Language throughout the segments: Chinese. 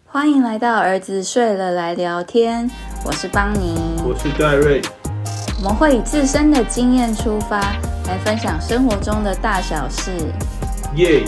欢迎来到儿子睡了来聊天，我是邦尼， 我是戴瑞。 我们会以自身的经验出发，来分享生活中的大小事。 耶！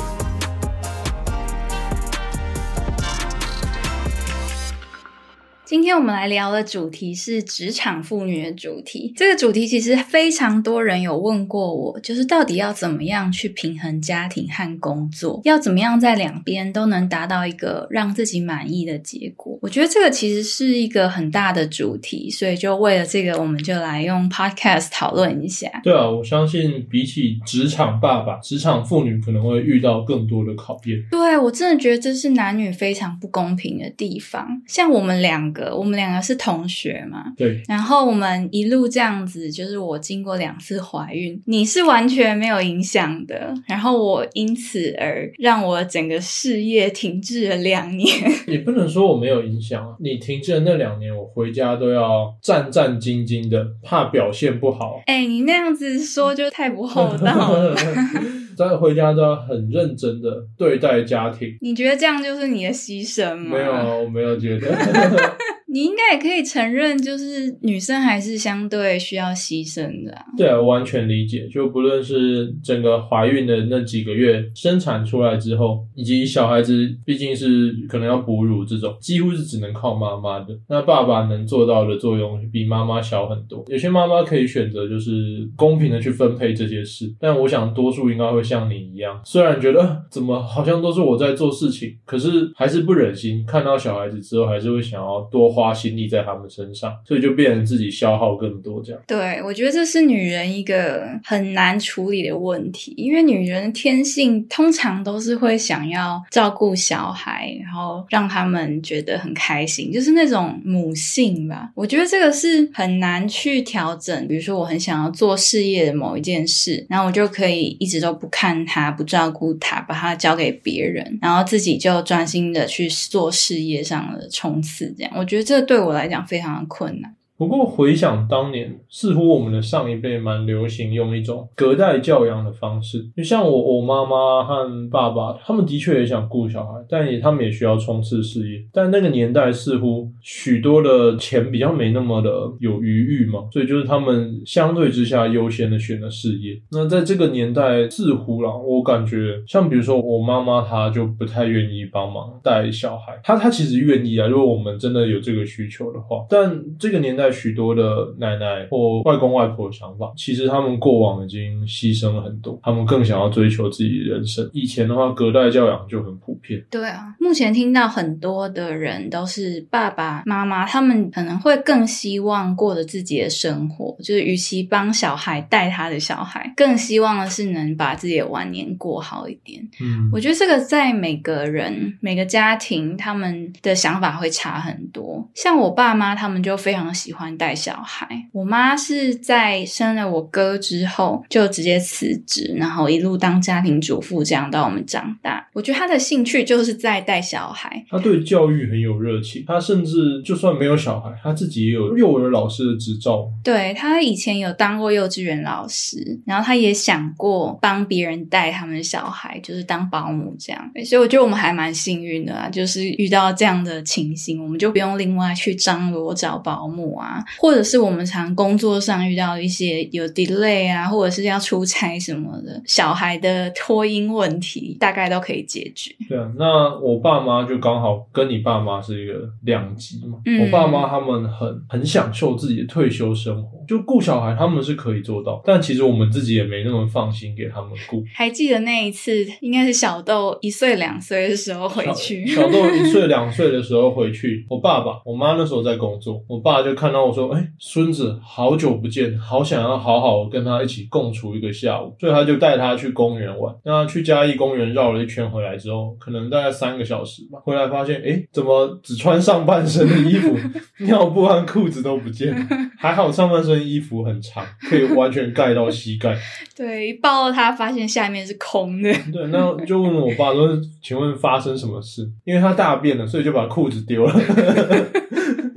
今天我们来聊的主题是职场妇女的主题。这个主题其实非常多人有问过我，就是到底要怎么样去平衡家庭和工作，要怎么样在两边都能达到一个让自己满意的结果。我觉得这个其实是一个很大的主题，所以就为了这个我们就来用 podcast 讨论一下。 对啊，我相信比起职场爸爸，职场妇女可能会遇到更多的考验。 对，我真的觉得这是男女非常不公平的地方。像我们两个是同学嘛， 对， 然后我们一路这样子，就是我经过2次怀孕，你是完全没有影响的，然后我因此而让我整个事业停滞了2年。 也不能说我没有影响啊，你停滞的那2年，我回家都要战战兢兢的，怕表现不好。 你那样子说就太不厚道了。 在回家都要很认真的对待家庭。 你觉得这样就是你的牺牲吗？ 没有，我没有觉得。 你应该也可以承认，就是女生还是相对需要牺牲的啊。 对啊，完全理解。就不论是整个怀孕的那几个月，生产出来之后，以及小孩子毕竟是可能要哺乳这种，几乎是只能靠妈妈的。那爸爸能做到的作用比妈妈小很多。有些妈妈可以选择就是公平的去分配这些事，但我想多数应该会像你一样，虽然觉得怎么好像都是我在做事情，可是还是不忍心看到小孩子之后，还是会想要多花心力在他们身上，所以就变成自己消耗更多这样。 对，我觉得这是女人一个很难处理的问题，因为女人天性通常都是会想要照顾小孩，然后让他们觉得很开心，就是那种母性吧。我觉得这个是很难去调整。比如说我很想要做事业的某一件事，然后我就可以一直都不看他，不照顾他，把他交给别人，然后自己就专心的去做事业上的冲刺，这样我觉得这对我来讲非常的困难。 不过回想当年，似乎我们的上一辈蛮流行用一种隔代教养的方式，就像我妈妈和爸爸，他们的确也想顾小孩，但他们也需要冲刺事业。但那个年代似乎许多的钱比较没那么的有余裕嘛，所以就是他们相对之下优先的选了事业。那在这个年代，似乎啦，我感觉像比如说我妈妈，她就不太愿意帮忙带小孩。她其实愿意啊，如果我们真的有这个需求的话，但这个年代许多的奶奶或外公外婆的想法，其实他们过往已经牺牲了很多，他们更想要追求自己的人生。以前的话，隔代教养就很普遍。 对啊，目前听到很多的人都是爸爸妈妈，他们可能会更希望过着自己的生活，就是与其帮小孩带他的小孩，更希望的是能把自己的晚年过好一点。我觉得这个在每个人每个家庭他们的想法会差很多。像我爸妈他们就非常喜欢带小孩，我妈是在生了我哥之后就直接辞职，然后一路当家庭主妇，这样到我们长大。我觉得她的兴趣就是在带小孩， 她对教育很有热情，她甚至就算没有小孩，她自己也有幼儿老师的执照。 对，她以前有当过幼稚园老师，然后她也想过帮别人带他们的小孩，就是当保姆这样。所以我觉得我们还蛮幸运的啊，就是遇到这样的情形，我们就不用另外去张罗找保姆啊，或者是我们常工作上遇到一些有 delay 啊，或者是要出差什么的，小孩的托婴问题大概都可以解决。 对啊，那我爸妈就刚好跟你爸妈是一个两极嘛。我爸妈他们很享受自己的退休生活，就顾小孩他们是可以做到，但其实我们自己也没那么放心给他们顾。 还记得那一次应该是小豆1岁2岁的时候回去， 小豆1岁2岁的时候回去，我爸爸我妈那时候在工作，我爸就看到我说孙子好久不见，好想要好好跟他一起共处一个下午，所以他就带他去公园玩。那去嘉义公园绕了一圈回来之后，可能大概3个小时吧，回来发现怎么只穿上半身的衣服，尿布和裤子都不见了。还好上半身衣服很长，可以完全盖到膝盖。 对，一抱到他发现下面是空的。 对，那就问我爸说请问发生什么事，因为他大便了，所以就把裤子丢了。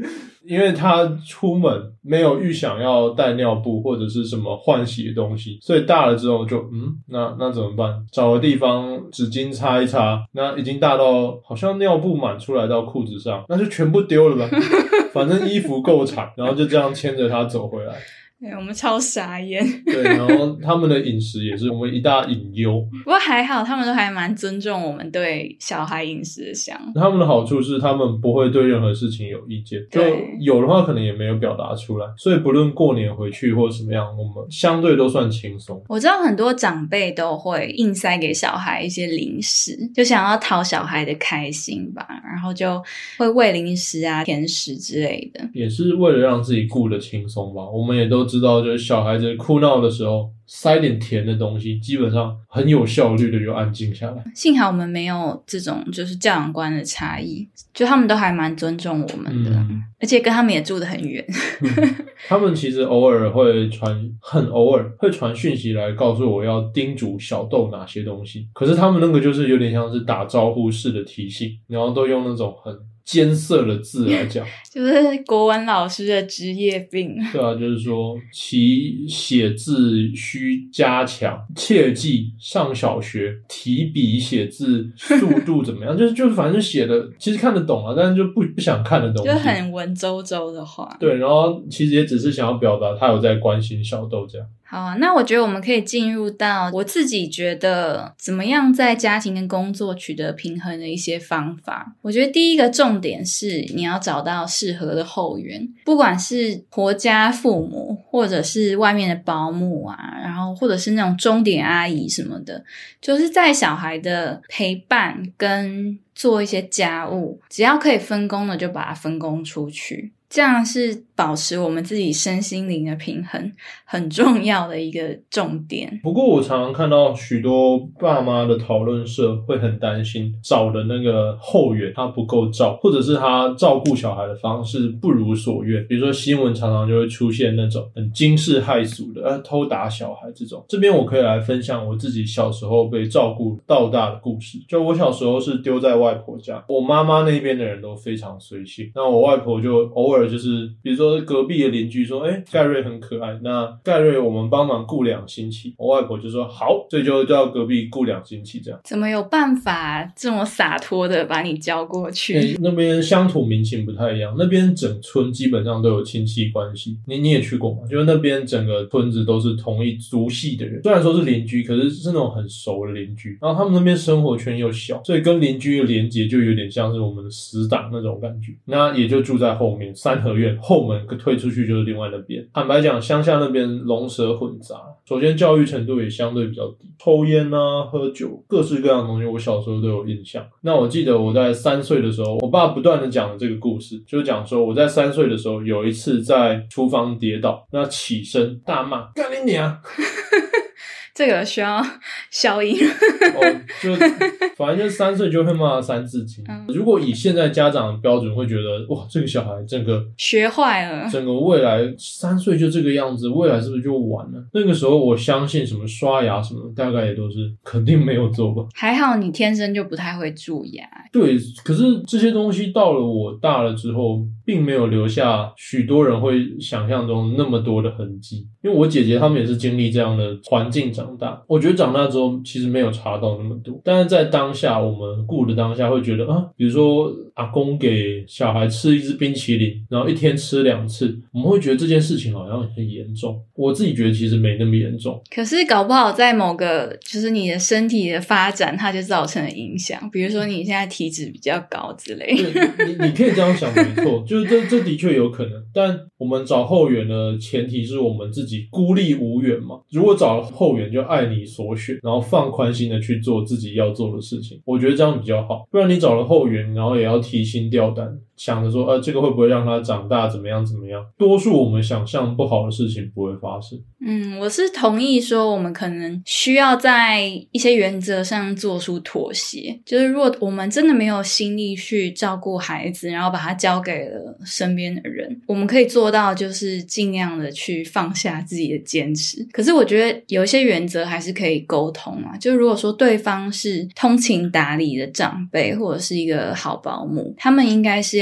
因为他出门没有预想要带尿布或者是什么换洗的东西，所以大了之后就那怎么办？找个地方纸巾擦一擦，那已经大到好像尿布满出来到裤子上，那就全部丢了吧，反正衣服够长，然后就这样牵着他走回来。 对，我们超傻眼。 对，然后他们的饮食也是我们一大隐忧。 不过还好，他们都还蛮尊重我们对小孩饮食的想法。 他们的好处是他们不会对任何事情有意见，就有的话可能也没有表达出来，所以不论过年回去或什么样，我们相对都算轻松。 我知道很多长辈都会硬塞给小孩一些零食，就想要讨小孩的开心吧，然后就会喂零食啊、甜食之类的， 也是为了让自己顾得轻松吧。我们也都知道，就是小孩子哭闹的时候塞点甜的东西，基本上很有效率的就安静下来。 幸好我们没有这种就是教养观的差异，就他们都还蛮尊重我们的，而且跟他们也住得很远。 他们其实偶尔会很偶尔会传讯息来告诉我要叮嘱小豆哪些东西，可是他们那个就是有点像是打招呼式的提醒，然后都用那种很艰涩的字来讲， 就是国文老师的职业病。 对啊，就是说其写字需加强，切记上小学提笔写字速度怎么样，就是反正写的其实看得懂啊，但是就不想看的东西， 就很文绉绉的话。 对，然后其实也只是想要表达他有在关心小豆这样。 好啊，那我觉得我们可以进入到我自己觉得怎么样在家庭跟工作取得平衡的一些方法。我觉得第一个重点是你要找到适合的后援，不管是婆家父母或者是外面的保姆啊，然后或者是那种钟点阿姨什么的，就是在小孩的陪伴跟做一些家务，只要可以分工的就把它分工出去，这样是保持我们自己身心灵的平衡很重要的一个重点。 不过我常常看到许多爸妈的讨论社会很担心找的那个后援他不够照，或者是他照顾小孩的方式不如所愿，比如说新闻常常就会出现那种很惊世骇俗的偷打小孩这种。这边我可以来分享我自己小时候被照顾到大的故事。就我小时候是丢在外婆家，我妈妈那边的人都非常随性，那我外婆就偶尔就是比如说隔壁的邻居说盖瑞很可爱，那盖瑞我们帮忙顾2星期，我外婆就说好，所以就叫隔壁顾2星期这样。 怎么有办法这么洒脱的把你交过去？ 那边乡土民情不太一样，那边整村基本上都有亲戚关系，你也去过吗？就是那边整个村子都是同一族系的人，虽然说是邻居，可是是那种很熟的邻居，然后他们那边生活圈又小，所以跟邻居的连结就有点像是我们的死党那种感觉。那也就住在后面三合院后门推出去就是另外那边。坦白讲，乡下那边龙蛇混杂，首先教育程度也相对比较低，抽烟啊、喝酒，各式各样的东西，我小时候都有印象。那我记得我在3岁的时候，我爸不断的讲了这个故事，就是讲说我在3岁的时候有一次在厨房跌倒，那起身大骂干你娘。 这个需要消音。 就反正就3岁就会骂三字经。如果以现在家长的标准会觉得哇，这个小孩整个学坏了， 整个未来3岁就这个样子，未来是不是就完了？那个时候我相信什么刷牙什么大概也都是肯定没有做吧。 还好你天生就不太会蛀牙。 对，可是这些东西到了我大了之后并没有留下许多人会想象中那么多的痕迹，因为我姐姐她们也是经历这样的环境长大，我觉得长大之后其实没有查到那么多，但是在当下我们顾的当下会觉得比如说阿公给小孩吃一支冰淇淋，然后1天吃2次，我们会觉得这件事情好像很严重，我自己觉得其实没那么严重， 可是搞不好在某个就是你的身体的发展它就造成了影响，比如说你现在体脂比较高之类的。 你可以这样想没错，就是这的确有可能，但我们找后援的前提是我们自己孤立无援嘛。如果找后援就爱你所选，然后放宽心的去做自己要做的事情，我觉得这样比较好。不然你找了后援，然后也要提心吊胆，想着说这个会不会让他长大怎么样怎么样，多数我们想象不好的事情不会发生。 我是同意说我们可能需要在一些原则上做出妥协，就是如果我们真的没有心力去照顾孩子，然后把他交给了身边的人，我们可以做到就是尽量的去放下自己的坚持。可是我觉得有一些原则还是可以沟通啊，就如果说对方是通情达理的长辈或者是一个好保姆，他们应该是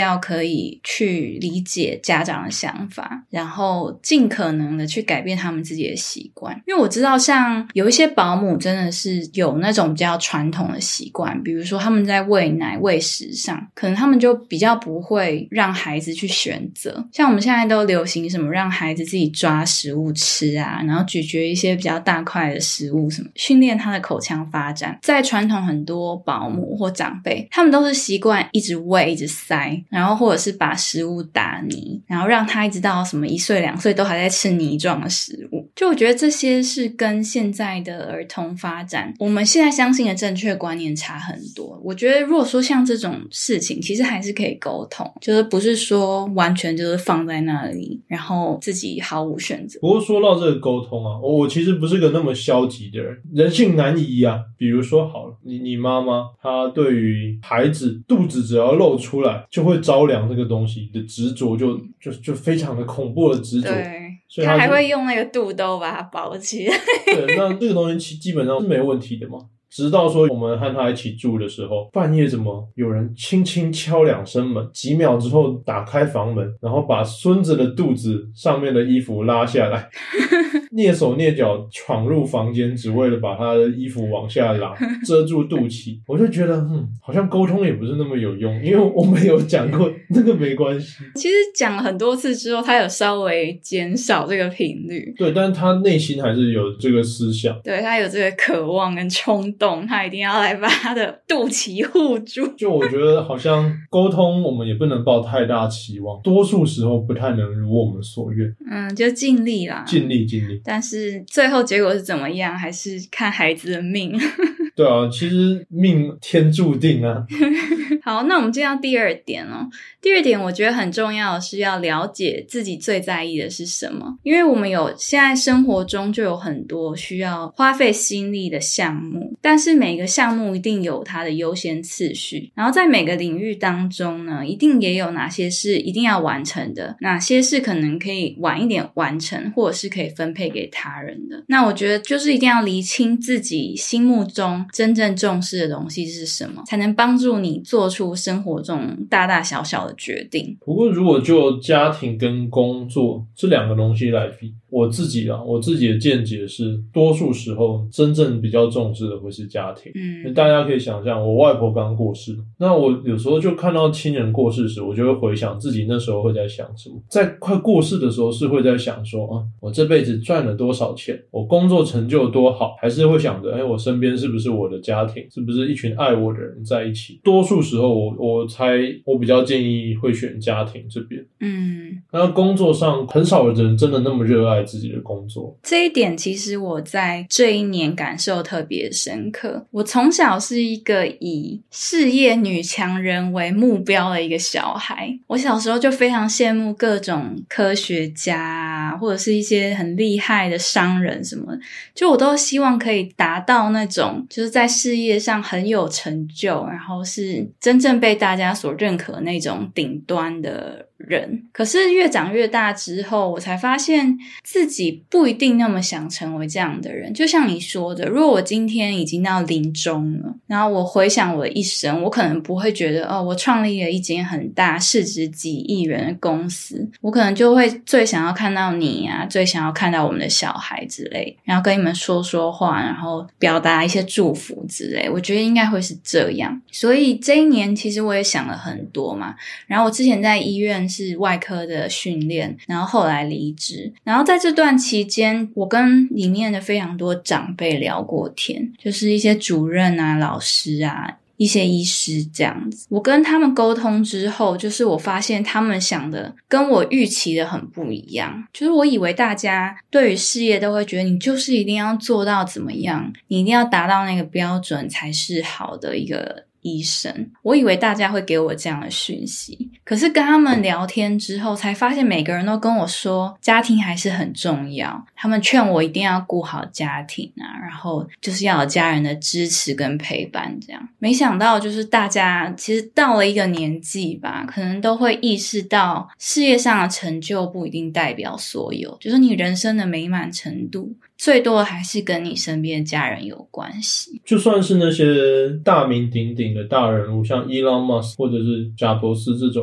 要可以去理解家长的想法，然后尽可能的去改变他们自己的习惯。因为我知道像有一些保姆真的是有那种比较传统的习惯，比如说他们在喂奶喂食上，可能他们就比较不会让孩子去选择，像我们现在都流行什么让孩子自己抓食物吃啊，然后咀嚼一些比较大块的食物什么，训练他的口腔发展。在传统很多保姆或长辈，他们都是习惯一直喂一直塞，然后或者是把食物打泥，然后让他一直到什么1岁2岁都还在吃泥状的食物。就我觉得这些是跟现在的儿童发展，我们现在相信的正确观念差很多。我觉得如果说像这种事情其实还是可以沟通，就是不是说完全就是放在那里然后自己毫无选择。 不过说到这个沟通啊，我其实不是个那么消极的人，人性难移啊。比如说好了，你妈妈她对于孩子肚子只要露出来就会着凉这个东西的执着就非常的恐怖的执着。 对， 所以他还会用那个肚兜把它包起来。 对，那这个东西基本上是没问题的嘛。直到说我们和他一起住的时候，半夜怎么有人轻轻敲2声门，几秒之后打开房门，然后把孙子的肚子上面的衣服拉下来，蹑手蹑脚闯入房间，只为了把他的衣服往下拉，遮住肚脐。我就觉得好像沟通也不是那么有用，因为我们有讲过那个没关系。 其实讲了很多次之后，他有稍微减少这个频率。 对，但是他内心还是有这个思想， 对，他有这个渴望跟冲动，他一定要来把他的肚脐护住。 就我觉得好像沟通我们也不能抱太大期望，多数时候不太能如我们所愿。 就尽力啦，尽力。但是最后结果是怎么样，还是看孩子的命。 对啊，其实命天注定啊。 好，那我们进到第二点哦。第二点我觉得很重要的是要了解自己最在意的是什么，因为我们现在生活中就有很多需要花费心力的项目，但是每个项目一定有它的优先次序，然后在每个领域当中呢，一定也有哪些是一定要完成的，哪些是可能可以晚一点完成，或者是可以分配给他人的。那我觉得就是一定要厘清自己心目中真正重视的东西是什么，才能帮助你做出生活中大大小小的决定。 不过如果就家庭跟工作这2个东西来比，我自己的见解是，多数时候真正比较重视的会是家庭。大家可以想象，我外婆刚过世，那我有时候就看到亲人过世时，我就会回想自己那时候会在想什么。在快过世的时候是会在想说我这辈子赚了多少钱，我工作成就多好，还是会想着我身边是不是我的家庭，是不是一群爱我的人在一起。多数时候我比较建议会选家庭这边。那工作上很少有人真的那么热爱自己的工作， 这一点其实我在这一年感受特别深刻。我从小是一个以事业女强人为目标的一个小孩，我小时候就非常羡慕各种科学家啊，或者是一些很厉害的商人什么的，就我都希望可以达到那种就是在事业上很有成就，然后是真正被大家所认可的那种顶端的人。可是越长越大之后，我才发现自己不一定那么想成为这样的人。就像你说的，如果我今天已经到临终了，然后我回想我的一生，我可能不会觉得我创立了一间很大市值几亿元的公司，我可能就会最想要看到你啊，最想要看到我们的小孩之类，然后跟你们说说话，然后表达一些祝福之类，我觉得应该会是这样。所以这一年其实我也想了很多嘛，然后我之前在医院是外科的训练，然后后来离职，然后在这段期间我跟里面的非常多长辈聊过天，就是一些主任啊、老师啊、一些医师这样子。我跟他们沟通之后，就是我发现他们想的跟我预期的很不一样。就是我以为大家对于事业都会觉得你就是一定要做到怎么样，你一定要达到那个标准才是好的一个医生，我以为大家会给我这样的讯息，可是跟他们聊天之后才发现每个人都跟我说家庭还是很重要，他们劝我一定要顾好家庭啊，然后就是要有家人的支持跟陪伴这样。没想到就是大家其实到了一个年纪吧，可能都会意识到事业上的成就不一定代表所有，就是你人生的美满程度最多还是跟你身边的家人有关系。 就算是那些大名鼎鼎的大人物，像 Elon Musk 或者是贾伯斯这种，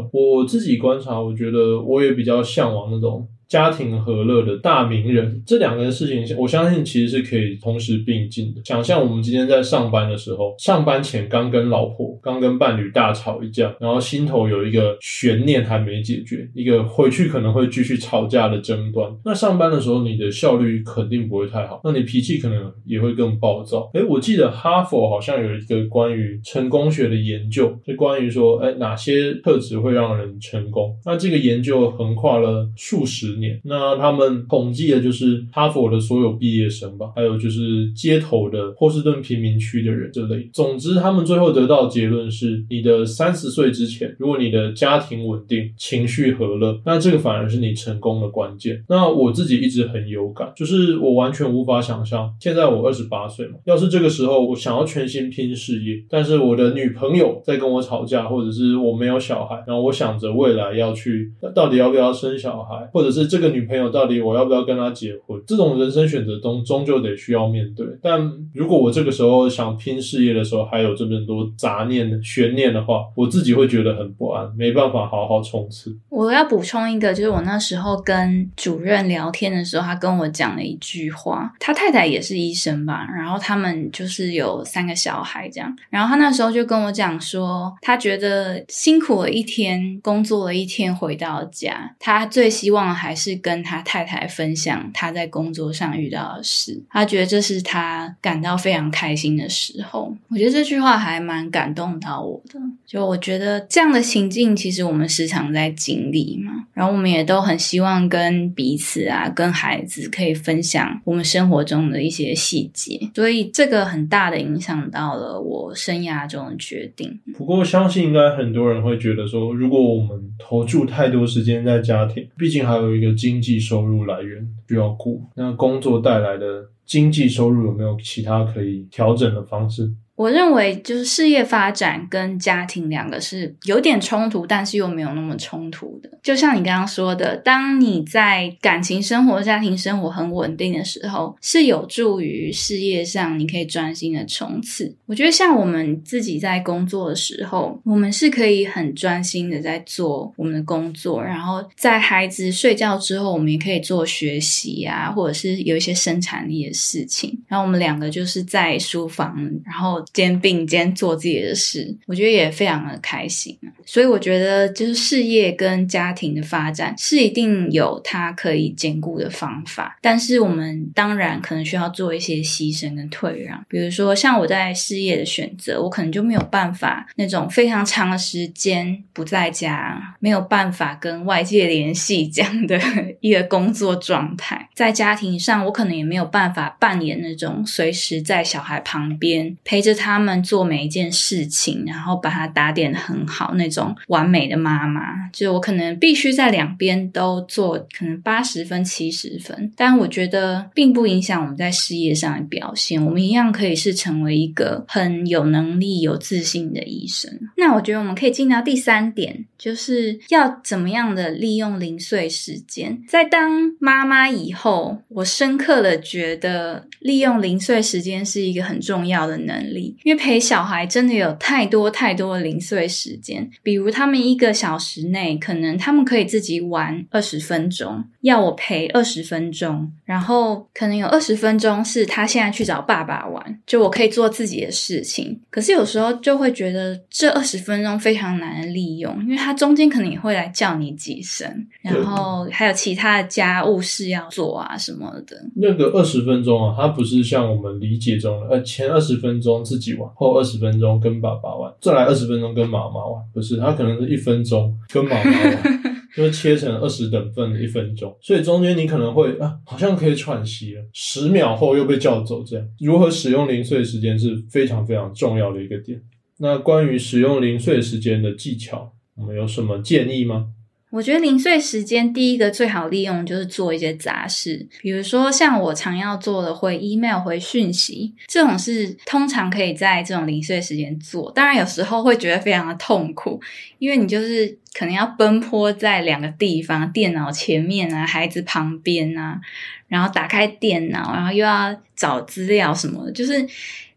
我自己观察，我觉得我也比较向往那种家庭和乐的大名人，这两个事情我相信其实是可以同时并进的。想象我们今天在上班的时候，上班前刚跟伴侣大吵一架，然后心头有一个悬念还没解决，一个回去可能会继续吵架的争端，那上班的时候你的效率肯定不会太好，那你脾气可能也会更暴躁。我记得哈佛好像有一个关于成功学的研究，是关于说哪些特质会让人成功，那这个研究横跨了数十年，那他们统计的就是哈佛的所有毕业生吧，还有就是街头的波士顿贫民区的人这类。总之他们最后得到的结论是，你的30岁之前，如果你的家庭稳定，情绪和乐，那这个反而是你成功的关键。那我自己一直很有感，就是我完全无法想象，现在我28岁嘛，要是这个时候我想要全心拼事业，但是我的女朋友在跟我吵架，或者是我没有小孩，然后我想着未来要去到底要不要生小孩，或者是这个女朋友到底我要不要跟她结婚，这种人生选择终究得需要面对。但如果我这个时候想拼事业的时候还有这么多杂念悬念的话，我自己会觉得很不安，没办法好好冲刺。 我要补充一个，就是我那时候跟主任聊天的时候，他跟我讲了一句话，他太太也是医生吧，然后他们就是有3个小孩这样，然后他那时候就跟我讲说，他觉得辛苦了一天，工作了一天回到家，他最希望还是跟他太太分享他在工作上遇到的事，他觉得这是他感到非常开心的时候。我觉得这句话还蛮感动到我的，就我觉得这样的情境其实我们时常在经历嘛，然后我们也都很希望跟彼此啊，跟孩子可以分享我们生活中的一些细节，所以这个很大的影响到了我生涯中的决定。 不过相信应该很多人会觉得说，如果我们投注太多时间在家庭，毕竟还有一个经济收入来源需要顾，那工作带来的经济收入有没有其他可以调整的方式？ 我认为就是事业发展跟家庭两个是有点冲突，但是又没有那么冲突的。就像你刚刚说的，当你在感情生活、家庭生活很稳定的时候，是有助于事业上你可以专心的冲刺。我觉得像我们自己在工作的时候，我们是可以很专心的在做我们的工作，然后在孩子睡觉之后，我们也可以做学习啊，或者是有一些生产力的事情。然后我们两个就是在书房，然后肩并肩做自己的事，我觉得也非常的开心。所以我觉得就是事业跟家庭的发展是一定有它可以兼顾的方法，但是我们当然可能需要做一些牺牲跟退让。比如说像我在事业的选择，我可能就没有办法那种非常长的时间不在家，没有办法跟外界联系这样的一个工作状态。在家庭上我可能也没有办法扮演那种随时在小孩旁边陪着他们做每一件事情，然后把它打点得很好那种完美的妈妈。就我可能必须在两边都做可能80分70分，但我觉得并不影响我们在事业上的表现，我们一样可以是成为一个很有能力有自信的医生。那我觉得我们可以进到第3点，就是要怎么样的利用零碎时间。在当妈妈以后，我深刻的觉得利用零碎时间是一个很重要的能力，因为陪小孩真的有太多的零碎时间。比如他们1个小时内可能他们可以自己玩20分钟，要我陪20分钟，然后可能有20分钟是他现在去找爸爸玩，就我可以做自己的事情。可是有时候就会觉得这20分钟非常难利用，因为他中间可能也会来叫你几声，然后还有其他的家务事要做啊什么的。 那个20分钟啊，它不是像我们理解中的前20分钟自己玩，后20分钟跟爸爸玩，再来20分钟跟妈妈玩，不是，它可能是1分钟跟妈妈玩就是切成20等份的1分钟，所以中间你可能会好像可以喘息了，10秒后又被叫走，这样如何使用零碎时间是非常非常重要的一个点。那关于使用零碎时间的技巧，我们有什么建议吗？ 我觉得零碎时间第一个最好利用就是做一些杂事，比如说像我常要做的回 email 回讯息，这种事通常可以在这种零碎时间做，当然有时候会觉得非常的痛苦，因为你就是可能要奔波在2个地方，电脑前面啊，孩子旁边啊，然后打开电脑，然后又要找资料什么的，就是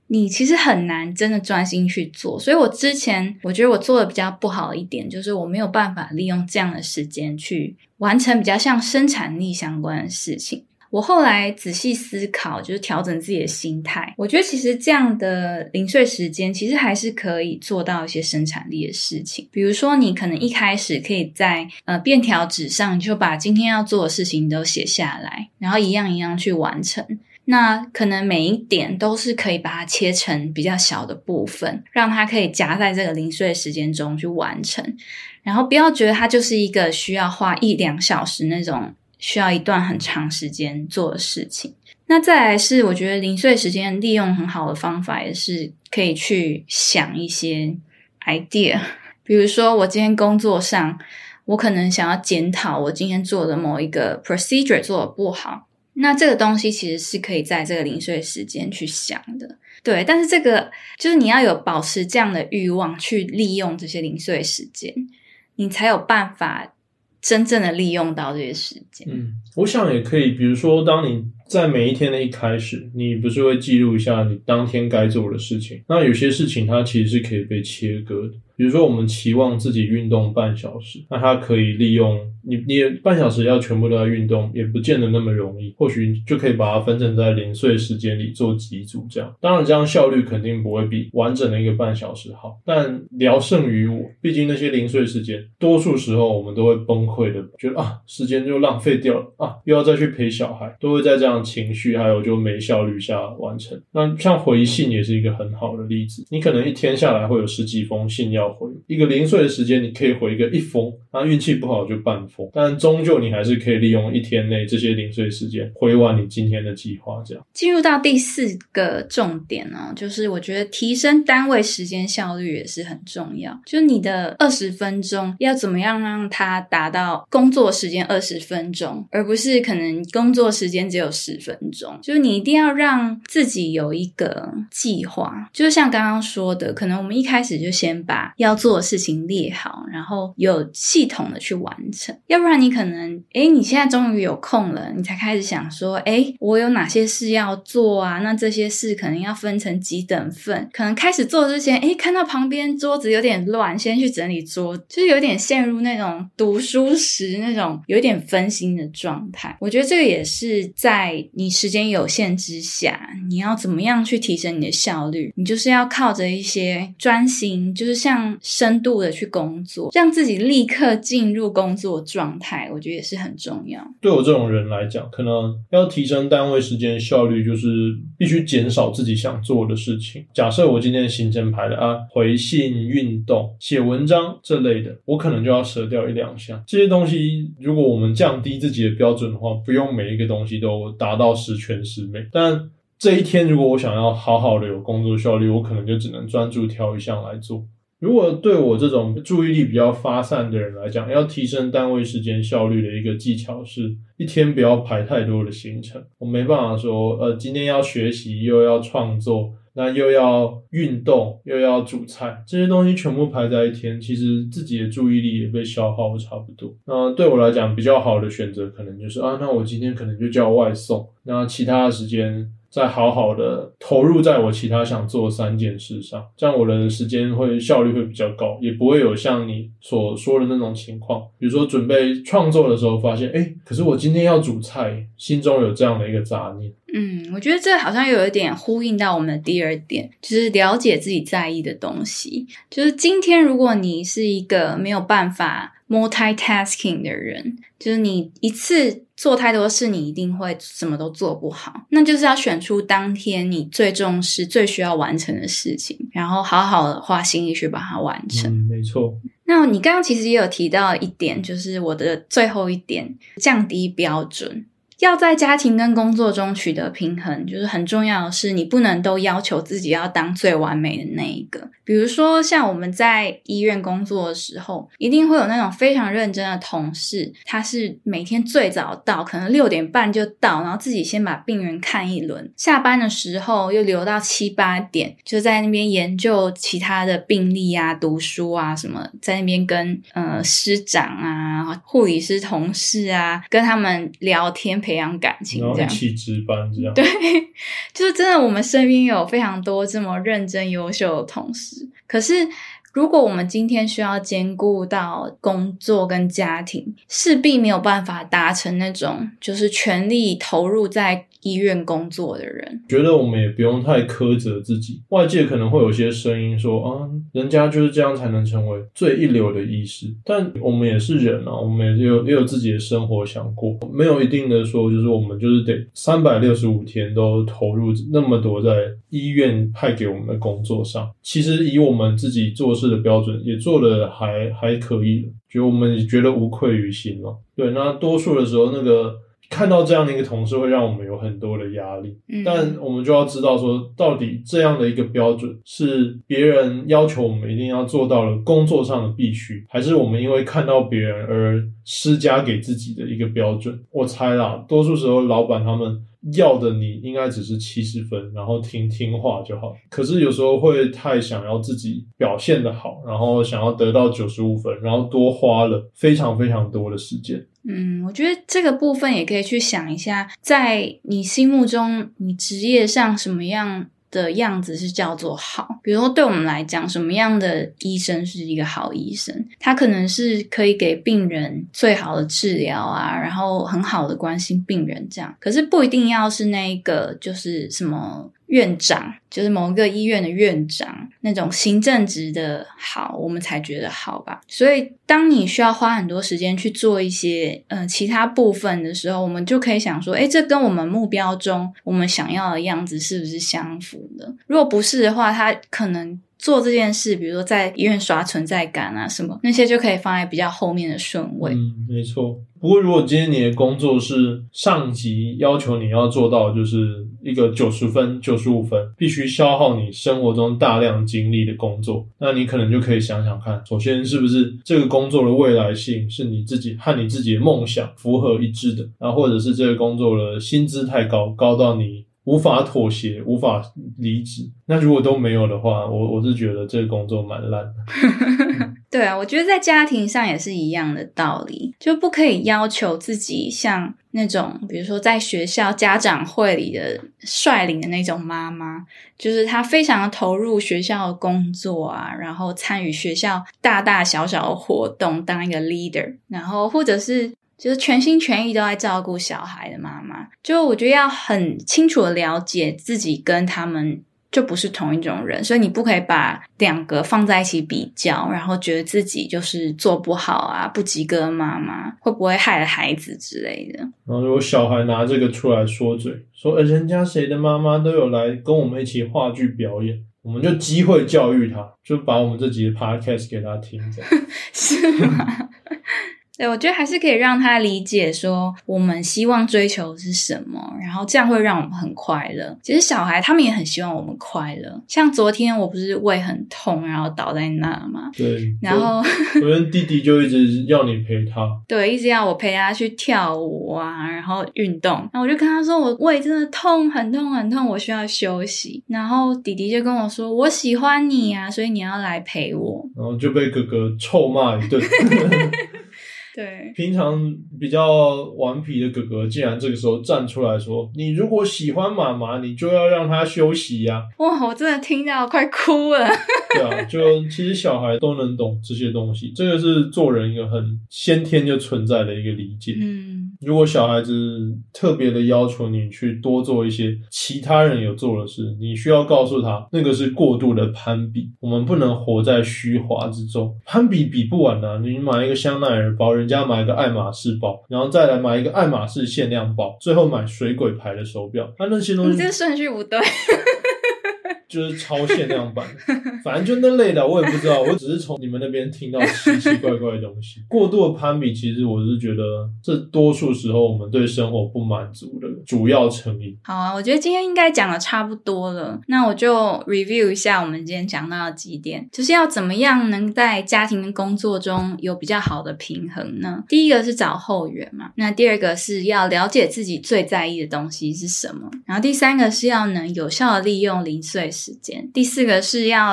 你其实很难真的专心去做。所以我之前我觉得我做的比较不好一点，就是我没有办法利用这样的时间去完成比较像生产力相关的事情。我后来仔细思考，就是调整自己的心态，我觉得其实这样的零碎时间其实还是可以做到一些生产力的事情。比如说你可能一开始可以在便条纸上就把今天要做的事情都写下来，然后一样一样去完成。那可能每一点都是可以把它切成比较小的部分，让它可以夹在这个零碎时间中去完成，然后不要觉得它就是一个需要花1-2小时那种需要一段很长时间做的事情。那再来是我觉得零碎时间利用很好的方法，也是可以去想一些 idea。 比如说我今天工作上我可能想要检讨我今天做的某一个 procedure 做得不好，那这个东西其实是可以在这个零碎时间去想的。对，但是这个就是你要有保持这样的欲望去利用这些零碎时间，你才有办法真正的利用到这些时间。 我想也可以，比如说当你在每一天的一开始，你不是会记录一下你当天该做的事情，那有些事情它其实是可以被切割的。比如说我们期望自己运动半小时，那它可以利用你半小时要全部都在运动也不见得那么容易，或许就可以把它分成在零碎时间里做几组这样。当然这样效率肯定不会比完整的一个半小时好，但聊胜于无。毕竟那些零碎时间多数时候我们都会崩溃的觉得时间就浪费掉了又要再去陪小孩，都会在这样的情绪还有就没效率下完成。那像回信也是一个很好的例子，你可能一天下来会有10几封信要回，一个零碎的时间你可以回个1封，那运气不好就半封，但终究你还是可以利用一天内这些零碎时间回完你今天的计划。这样进入到第4个重点呢，就是我觉得提升单位时间效率也是很重要。就是你的20分钟要怎么样让它达到工作时间20分钟，而不是可能工作时间只有10分钟。就是你一定要让自己有一个计划，就像刚刚说的，可能我们一开始就先把要做的事情列好，然后有系统的去完成。要不然你可能你现在终于有空了，你才开始想说我有哪些事要做啊，那这些事可能要分成几等份，可能开始做之前看到旁边桌子有点乱，先去整理桌，就是有点陷入那种读书时那种有点分心的状态。我觉得这个也是在你时间有限之下，你要怎么样去提升你的效率，你就是要靠着一些专心，就是像深度的去工作，让自己立刻进入工作状态，我觉得也是很重要。 对我这种人来讲，可能要提升单位时间效率，就是必须减少自己想做的事情。假设我今天的行程排了回信、运动、写文章这类的，我可能就要舍掉1-2项。这些东西如果我们降低自己的标准的话，不用每一个东西都达到十全十美，但这一天如果我想要好好的有工作效率，我可能就只能专注挑一项来做。如果对我这种注意力比较发散的人来讲，要提升单位时间效率的一个技巧是一天不要排太多的行程。我没办法说今天要学习又要创作，那又要运动又要煮菜，这些东西全部排在一天，其实自己的注意力也被消耗差不多。那对我来讲比较好的选择可能就是那我今天可能就叫外送，那其他的时间再好好的投入在我其他想做的3件事上，这样我的时间效率会比较高，也不会有像你所说的那种情况，比如说准备创作的时候发现可是我今天要煮菜，心中有这样的一个杂念。 我觉得这好像有一点呼应到我们的第2点，就是了解自己在意的东西。就是今天如果你是一个没有办法 multitasking 的人，就是你一次做太多事，你一定会什么都做不好，那就是要选出当天你最重视最需要完成的事情，然后好好的花心力去把它完成。 没错。 那你刚刚其实也有提到一点，就是我的最后一点，降低标准。要在家庭跟工作中取得平衡，就是很重要的是你不能都要求自己要当最完美的那一个。比如说像我们在医院工作的时候，一定会有那种非常认真的同事，他是每天最早到，可能6点半就到，然后自己先把病人看一轮，下班的时候又留到7、8点，就在那边研究其他的病例啊、读书啊什么，在那边跟师长啊啊、护理师同事啊，跟他们聊天培养感情这样， 然后一起值班这样。 对，就是真的我们身边有非常多这么认真优秀的同事，可是如果我们今天需要兼顾到工作跟家庭，势必没有办法达成那种就是全力投入在医院工作的人。 觉得我们也不用太苛责自己，外界可能会有些声音说啊，人家就是这样才能成为最一流的医师，但我们也是人啊，我们也有自己的生活想过，没有一定的说就是我们就是得365天都投入那么多在医院派给我们的工作上。其实以我们自己做事的标准也做得还可以了，觉得我们也觉得无愧于心了。对，那多数的时候那个看到这样的一个同事会让我们有很多的压力，但我们就要知道说到底这样的一个标准是别人要求我们一定要做到了工作上的必须，还是我们因为看到别人而施加给自己的一个标准。我猜啦，多数时候老板他们要的你应该只是70分，然后听话就好，可是有时候会太想要自己表现得好，然后想要得到95分，然后多花了非常非常多的时间。 我觉得这个部分也可以去想一下，在你心目中你职业上什么样的样子是叫做好。比如说对我们来讲，什么样的医生是一个好医生，他可能是可以给病人最好的治疗啊，然后很好的关心病人这样，可是不一定要是那个就是什么院长，就是某一个医院的院长那种行政职的好我们才觉得好吧。所以当你需要花很多时间去做一些其他部分的时候，我们就可以想说这跟我们目标中我们想要的样子是不是相符的。如果不是的话，他可能做这件事，比如说在医院刷存在感啊什么，那些就可以放在比较后面的顺位。 没错。不过如果今天你的工作是上级要求你要做到就是一个90分95分必须消耗你生活中大量精力的工作，那你可能就可以想想看，首先是不是这个工作的未来性是你自己和你自己的梦想符合一致的，然后或者是这个工作的薪资太高到你无法妥协无法离职。那如果都没有的话，我是觉得这个工作蛮烂的。 对啊，我觉得在家庭上也是一样的道理，就不可以要求自己像那种比如说在学校家长会里的率领的那种妈妈，就是她非常的投入学校的工作啊，然后参与学校大大小小的活动，当一个 leader， 然后或者是就是全心全意都在照顾小孩的妈妈。就我觉得要很清楚的了解自己跟他们就不是同一种人，所以你不可以把两个放在一起比较，然后觉得自己就是做不好啊，不及格妈妈，会不会害了孩子之类的。 然后如果小孩拿这个出来说嘴，说人家谁的妈妈都有来跟我们一起话剧表演，我们就机会教育他，就把我们这集的 podcast 给他听着。 是吗？对，我觉得还是可以让他理解说我们希望追求的是什么，然后这样会让我们很快乐。其实小孩他们也很希望我们快乐，像昨天我不是胃很痛然后倒在那嘛， 对， 然后昨天弟弟就一直要你陪他， 对，一直要我陪他去跳舞啊，然后运动，然后我就跟他说我胃真的痛很痛很痛，我需要休息。然后弟弟就跟我说我喜欢你啊，所以你要来陪我， 然后就被哥哥臭骂一顿。 对， 平常比较顽皮的哥哥竟然这个时候站出来说，你如果喜欢妈妈你就要让她休息啊。 哇，我真的听到快哭了。 对啊，就其实小孩都能懂这些东西，这个是做人一个很先天就存在的一个理解。如果小孩子特别的要求你去多做一些其他人有做的事，你需要告诉他那个是过度的攀比，我们不能活在虚华之中，攀比比不完啊。你买一个香奈儿包，人家买一个爱马仕包，然后再来买一个爱马仕限量包，最后买水鬼牌的手表，那些东西你这顺序不对。 就是超限量版的，反正就那类的，我也不知道，我只是从你们那边听到奇奇怪怪的东西。过度的攀比，其实我是觉得这多数时候我们对生活不满足的主要成因。 好啊，我觉得今天应该讲的差不多了，那我就 review 一下我们今天讲到的几点，就是要怎么样能在家庭跟工作中有比较好的平衡呢？第一个是找后援嘛，那第二个是要了解自己最在意的东西是什么，然后第三个是要能有效的利用零碎时间，第四个是要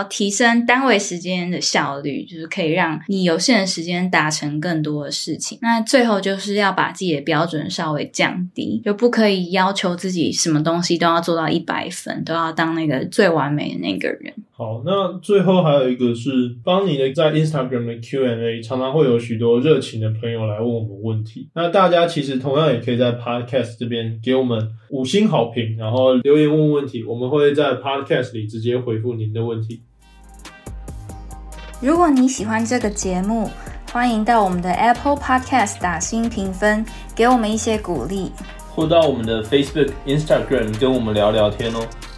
提升单位时间的效率，就是可以让你有限的时间达成更多的事情。那最后就是要把自己的标准稍微降低，就不可以要求自己什么东西都要做到100分，都要当那个最完美的那个人。 好，那最后还有一个是帮你的在 Instagram 的 Q&A， 常常会有许多热情的朋友来问我们问题。那大家其实同样也可以在 Podcast 这边给我们5星好评，然后留言问问题，我们会在 Podcast 里直接回复您的问题。 如果你喜欢这个节目，欢迎到我们的 Apple Podcast 打星评分，给我们一些鼓励， 或到我们的 Facebook、Instagram 跟我们聊聊天哦。